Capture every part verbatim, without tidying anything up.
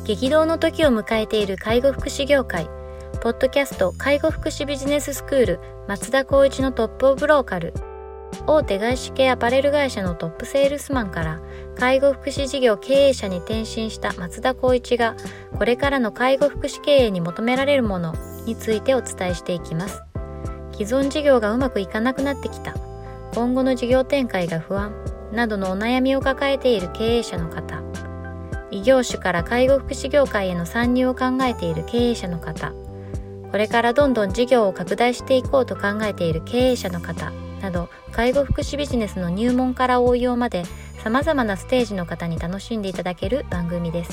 激動の時を迎えている介護福祉業界。ポッドキャスト介護福祉ビジネススクール松田光一のトップオブローカル。大手外資系アパレル会社のトップセールスマンから介護福祉事業経営者に転身した松田光一が、これからの介護福祉経営に求められるものについてお伝えしていきます。既存事業がうまくいかなくなってきた、今後の事業展開が不安などのお悩みを抱えている経営者の方、異業種から介護福祉業界への参入を考えている経営者の方、これからどんどん事業を拡大していこうと考えている経営者の方など、介護福祉ビジネスの入門から応用までさまざまなステージの方に楽しんでいただける番組です。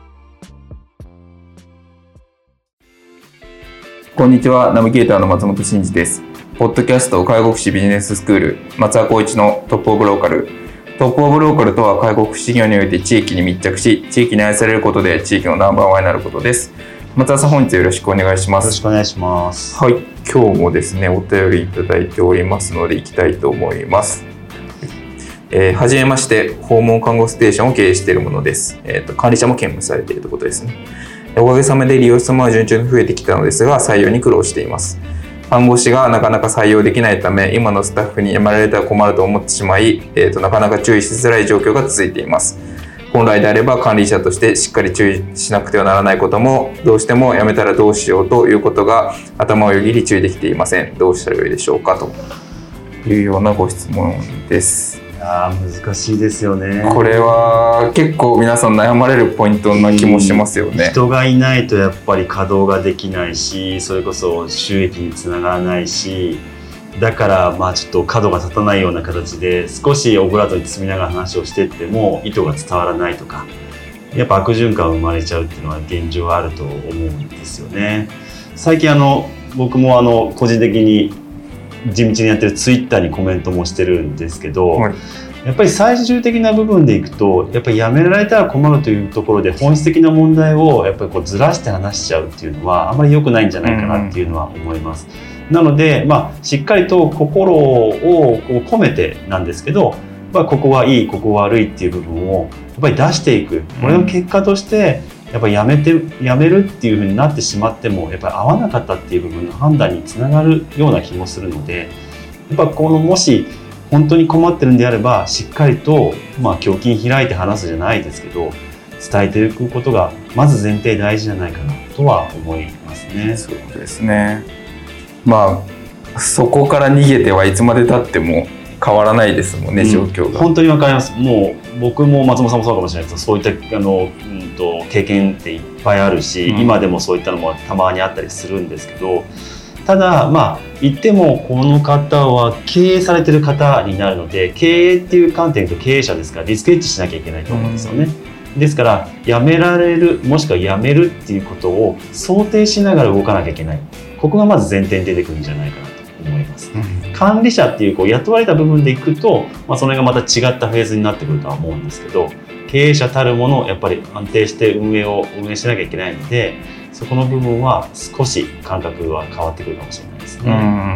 こんにちは、ナビゲーターの松本真嗣です。ポッドキャスト介護福祉ビジネススクール松田光一のトップオブローカル。トップオブローカルとは、介護福祉業において地域に密着し、地域に愛されることで地域のナンバーワンになることです。松田さん、本日よろしくお願いします。 よろしくお願いします。 はい、今日もですね、お便りいただいておりますので行きたいと思います。えー、はじめまして、訪問看護ステーションを経営しているものです。えーと、管理者も兼務されているということですね。おかげさまで利用者様は順調に増えてきたのですが、採用に苦労しています。看護師がなかなか採用できないため、今のスタッフに辞められたら困ると思ってしまい、えーと、なかなか注意しづらい状況が続いています。本来であれば管理者としてしっかり注意しなくてはならないことも、どうしても辞めたらどうしようということが頭をよぎり注意できていません。どうしたらよいでしょうか、というようなご質問です。 いや難しいですよね。 これは結構皆さん悩まれるポイントな気もしますよね。 人がいないとやっぱり稼働ができないし、それこそ収益につながらないし、だからまあちょっと角が立たないような形で少しオブラートに包みながら話をしていっても意図が伝わらないとか、やっぱ悪循環が生まれちゃうっていうのは現状あると思うんですよね。最近あの僕もあの個人的に地道にやってるツイッターにコメントもしてるんですけど、はい、やっぱり最終的な部分でいくと、やっぱりやめられたら困るというところで本質的な問題をやっぱりこうずらして話しちゃうっていうのはあまり良くないんじゃないかなっていうのは思います。うん、なので、まあ、しっかりと心をこう込めてなんですけど、まあ、ここはいいここは悪いっていう部分をやっぱり出していく。これの結果としてやっぱりやめてやめるっていう風になってしまっても、やっぱり合わなかったっていう部分の判断につながるような気もするので、やっぱこのもし本当に困ってるんであれば、しっかりとまあ胸筋開いて話すじゃないですけど、伝えていくことがまず前提大事じゃないかなとは思いますね。 そうですね。まあそこから逃げてはいつまで経っても変わらないですもんね、うん、状況が。 本当にわかります。もう僕も松本さんもそうかもしれないですけど、そういったあの、うん、と経験っていっぱいあるし、うん、今でもそういったのもたまにあったりするんですけど、ただまあ言ってもこの方は経営されてる方になるので、経営っていう観点と経営者ですからリスクヘッジしなきゃいけないと思うんですよね。うん、ですから辞められるもしくは辞めるっていうことを想定しながら動かなきゃいけない。ここがまず前提に出てくるんじゃないかなと思います。うん、管理者っていう、こう雇われた部分でいくと、まあ、それがまた違ったフェーズになってくるとは思うんですけど、経営者たるものをやっぱり安定して運営を運営しなきゃいけないので、そこの部分は少し感覚は変わってくるかもしれないですね。うん、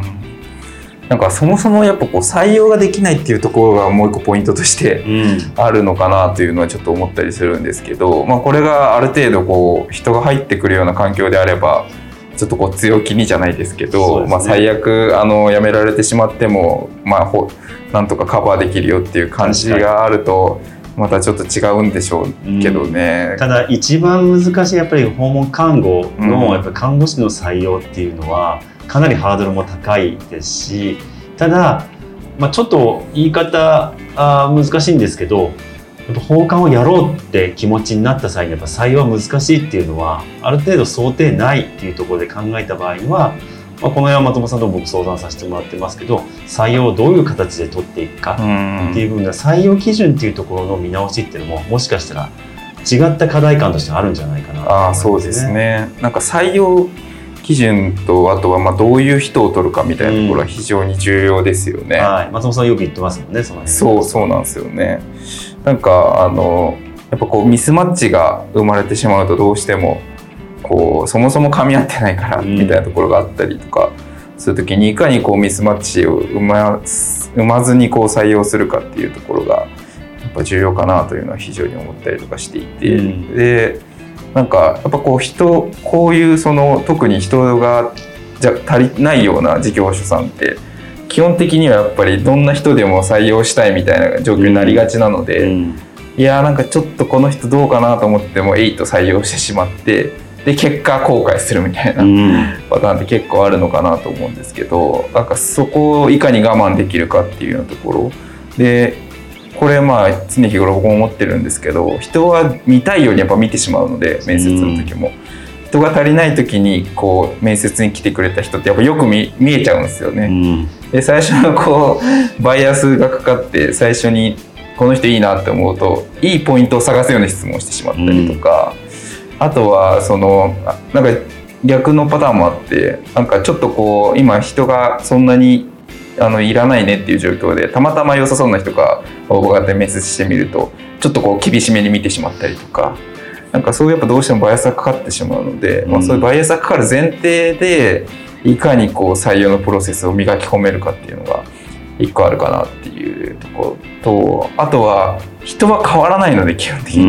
なんかそもそもやっぱこう採用ができないっていうところがもう一個ポイントとしてあるのかなというのはちょっと思ったりするんですけど、まあ、これがある程度こう人が入ってくるような環境であれば、ちょっとこう強気にじゃないですけど、ね、まあ、最悪あの辞められてしまっても、まあ、ほなんとかカバーできるよっていう感じがあるとまたちょっと違うんでしょうけどね。 うん、ただ一番難しいやっぱり訪問看護のやっぱり看護師の採用っていうのはかなりハードルも高いですし、ただ、まあ、ちょっと言い方あ難しいんですけど、やっぱ訪韓をやろうって気持ちになった際にやっぱ採用は難しいっていうのはある程度想定内っていうところで考えた場合には、まあ、この辺は松本さんと僕相談させてもらってますけど、採用をどういう形で取っていくかっていう部分で採用基準っていうところの見直しっていうのももしかしたら違った課題感としてあるんじゃないかなと思いますね。 あ、そうですね。なんか採用基準と、あとはまあどういう人を取るかみたいなところは非常に重要ですよね。 うん、はい、松本さんよく言ってますもんね、その辺。 そうそうなんですよね。なんかあのやっぱこうミスマッチが生まれてしまうと、どうしてもこうそもそも噛み合ってないからみたいなところがあったりとかするときに、いかにこうミスマッチを生ま、生まずにこう採用するかっていうところがやっぱ重要かなというのは非常に思ったりとかしていて、うん、でなんかやっぱこう人こういうその特に人がじゃ足りないような事業所さんって基本的にはやっぱりどんな人でも採用したいみたいな状況になりがちなので、うん、いやなんかちょっとこの人どうかなと思ってもえいと採用してしまってで結果後悔するみたいな、うん、パターンって結構あるのかなと思うんですけど、なんかそこをいかに我慢できるかっていうようなところで、これまあ常日頃僕も思ってるんですけど、人は見たいようにやっぱ見てしまうので、面接の時も、うん、人が足りない時にこう面接に来てくれた人ってやっぱよく 見, 見えちゃうんですよね、うん、で最初のこうバイアスがかかって最初にこの人いいなって思うといいポイントを探すような質問をしてしまったりとか、うん、あとはそのなんか逆のパターンもあって、なんかちょっとこう今人がそんなにあのいらないねっていう状況でたまたま良さそうな人が応募があって面接してみるとちょっとこう厳しめに見てしまったりとか、なんかそういうやっぱどうしてもバイアスがかかってしまうので、うん、まあ、そういうバイアスがかかる前提でいかにこう採用のプロセスを磨き込めるかっていうのが一個あるかなっていうところと、あとは人は変わらないので基本的に、うん、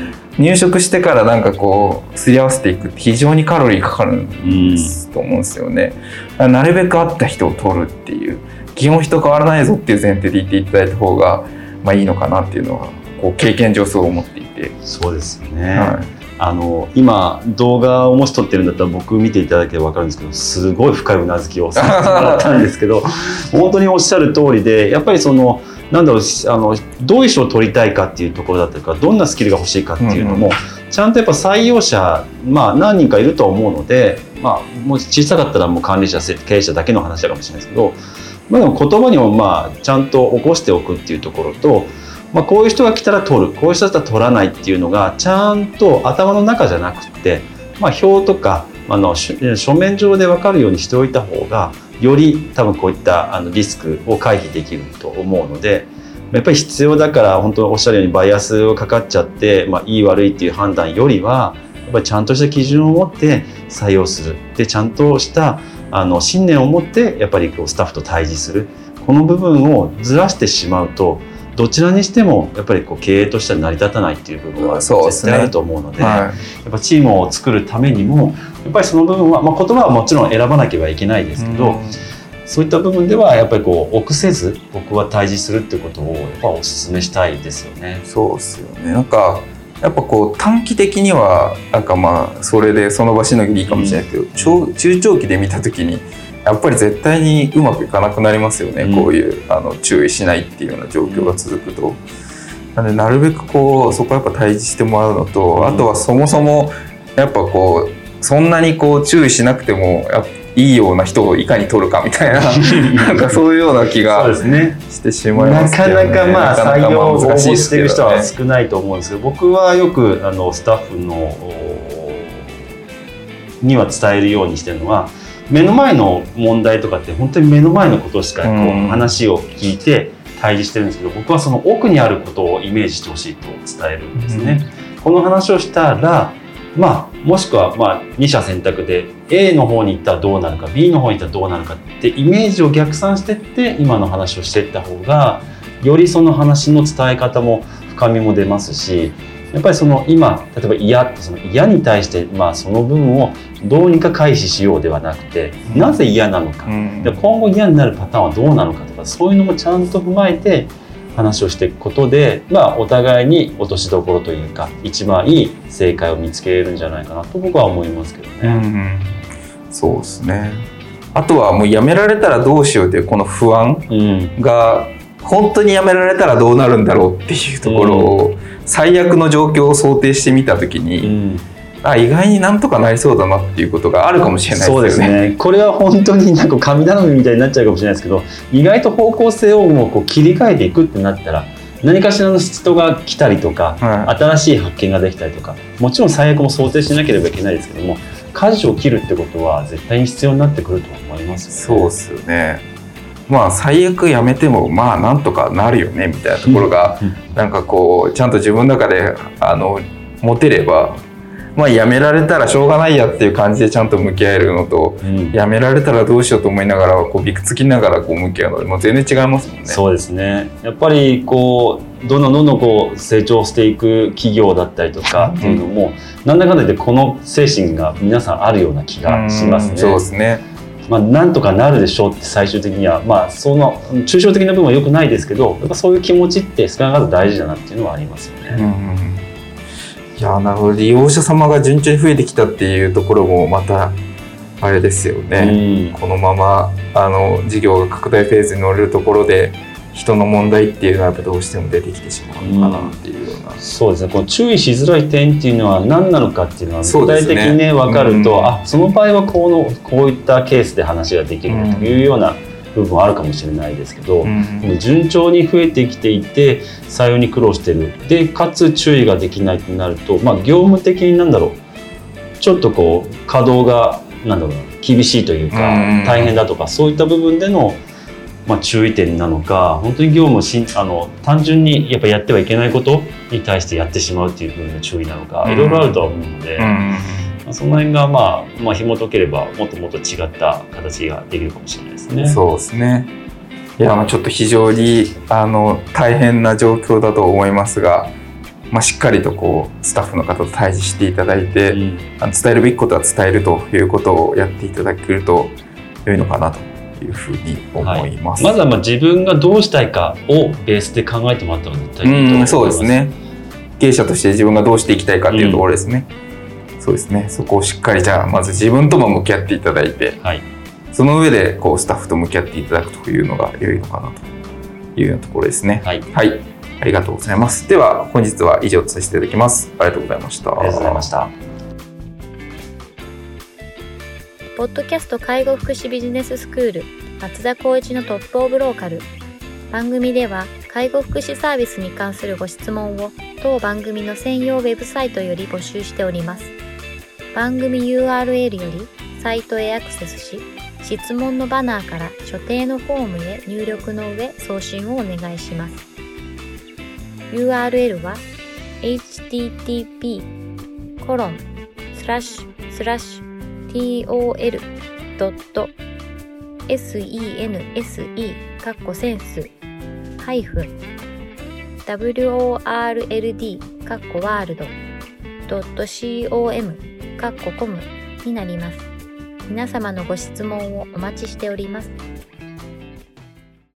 入職してからなんかこうすり合わせていくって非常にカロリーかかるんですと思うんですよね。なるべく合った人を取るっていう、基本人変わらないぞっていう前提で言っていただいた方がまあいいのかなっていうのはこう経験上そう思っていて。 そうですよね、はい、あの今動画をもし撮ってるんだったら僕見ていただければ分かるんですけど、すごい深いうなずきをさせてもらったんですけど本当におっしゃる通りで、やっぱりそのなんだろう、あのどういう人を取りたいかっていうところだったりとか、どんなスキルが欲しいかっていうのも、うんうん、ちゃんとやっぱ採用者、まあ、何人かいるとは思うので、まあ、もう小さかったらもう管理者経営者だけの話だかもしれないですけど、まあ、でも言葉にもまあちゃんと起こしておくっていうところと、まあ、こういう人が来たら取る、こういう人だったら取らないっていうのがちゃんと頭の中じゃなくて、まあ、表とかあの書面上で分かるようにしておいた方がより多分こういったあのリスクを回避できると思うので、やっぱり必要だから、本当におっしゃるようにバイアスがかかっちゃって、まあ、いい悪いっていう判断よりはやっぱりちゃんとした基準を持って採用する、でちゃんとしたあの信念を持ってやっぱりこうスタッフと対峙する、この部分をずらしてしまうとどちらにしてもやっぱりこう経営としては成り立たないっていう部分は絶対あると思うので、はい、やっぱチームを作るためにもやっぱりその部分は、まあ、言葉はもちろん選ばなければいけないですけど、うん、そういった部分ではやっぱりこう臆せず僕は対峙するっていうことをやっぱお勧めしたいですよね。 そうですよね。なんかやっぱこう短期的にはなんかまあそれでその場しのぎでいいかもしれないけど、うん、中, 中長期で見た時にやっぱり絶対にうまくいかなくなりますよね、うん、こういうあの注意しないっていうような状況が続くと。なのでなるべくこうそこはやっぱ対峙してもらうのと、うん、あとはそもそもやっぱこうそんなにこう注意しなくてもやっぱいいような人をいかに取るかみたいななんかそういうような気がしてしまいますけどね。 なかなかまあ採用を応募している人は少ないと思うんですけど、僕はよくあのスタッフのには伝えるようにしてるのは、目の前の問題とかって本当に目の前のことしかこう話を聞いて対峙してるんですけど、僕はその奥にあることをイメージしてほしいと伝えるんですね、うん、この話をしたら、まあ、もしくはまあに者選択で A の方に行ったらどうなるか B の方に行ったらどうなるかってイメージを逆算していって今の話をしていった方がよりその話の伝え方も深みも出ますし、やっぱりその今例えば嫌ってその嫌に対してまあその部分をどうにか回避しようではなくて、うん、なぜ嫌なのか、うん、で今後嫌になるパターンはどうなのかとか、そういうのもちゃんと踏まえて話をしていくことで、まあ、お互いに落としどころというか一番いい正解を見つけれるんじゃないかなと僕は思いますけどね、うん、 そうですね。あとはもうやめられたらどうしようというこの不安が、うん、本当にやめられたらどうなるんだろうっていうところを、うん、最悪の状況を想定してみたときに、うん、あ意外になんとかなりそうだなっていうことがあるかもしれないですよね。 そうですね。これは本当になんか神頼みみたいになっちゃうかもしれないですけど、意外と方向性をもうこう切り替えていくってなったら何かしらの人が来たりとか、はい、新しい発見ができたりとか、もちろん最悪も想定しなければいけないですけども、舵を切るってことは絶対に必要になってくると思いますよね。 そうですよね。まあ最悪やめてもまあなんとかなるよねみたいなところがなんかこうちゃんと自分の中であの持てれば、 まあ、やめられたらしょうがないやっていう感じでちゃんと向き合えるのと、うん、やめられたらどうしようと思いながらこうびくつきながらこう向き合うのでもう全然違いますもんね。 そうですね。やっぱりこうどんどんどんどんこう成長していく企業だったりとかっていうのも、うん、なんだかんだでこの精神が皆さんあるような気がしますね。 うん、そうですね。 まあ、なんとかなるでしょうって最終的には、まあ、その抽象的な部分は良くないですけど、やっぱそういう気持ちって少なからず大事だなっていうのはありますよね。 うんいやなるほど。利用者様が順調に増えてきたっていうところもまたあれですよね、うん、このままあの事業が拡大フェーズに乗れるところで人の問題っていうのはやっぱどうしても出てきてしまうのかなっていうような、うん、 そうですね。この注意しづらい点っていうのは何なのかっていうのは具体的にね分かると、うん、あその場合はこのこういったケースで話ができるというような部分はあるかもしれないですけど、うん、順調に増えてきていて採用に苦労してるでかつ注意ができないとなると、まあ、業務的になんだろうちょっとこう稼働がなんだろう厳しいというか、うん、大変だとかそういった部分での、まあ、注意点なのか本当に業務をしあの単純にやっぱやってはいけないことに対してやってしまうという部分の注意なのか、うん、いろいろあるとは思うので、うんその辺が、まあ、まあ紐解ければもっともっと違った形ができるかもしれないですね。 そうですね。いやちょっと非常にあの大変な状況だと思いますが、まあ、しっかりとこうスタッフの方と対峙していただいて、うん、あの伝えるべきことは伝えるということをやっていただけると良いのかなというふうに思います。 はい、まずはまあ自分がどうしたいかをベースで考えてもらった方が絶対いいと思います。 うん、そうですね。経営者として自分がどうしていきたいかっていうところですね。うんそうですね、そこをしっかりじゃあまず自分とも向き合っていただいて、はい、その上でこうスタッフと向き合っていただくというのが良いのかなというようなところですね。はい、はい、ありがとうございます。では本日は以上とさせていただきます。ありがとうございました。 ありがとうございました。 ポッドキャスト介護福祉ビジネススクール松田光一のトップオブローカル。番組では介護福祉サービスに関するご質問を当番組の専用ウェブサイトより募集しております。番組 ユーアールエル よりサイトへアクセスし、質問のバナーから所定のフォームへ入力の上送信をお願いします。ユーアールエル は エイチティーティーピーコロンスラッシュスラッシュ ティーオーエルドットセンスかっこセンスハイフン ダブリューオーアールエルディーかっこワールドドットコムかっこコムになります。皆様のご質問をお待ちしております。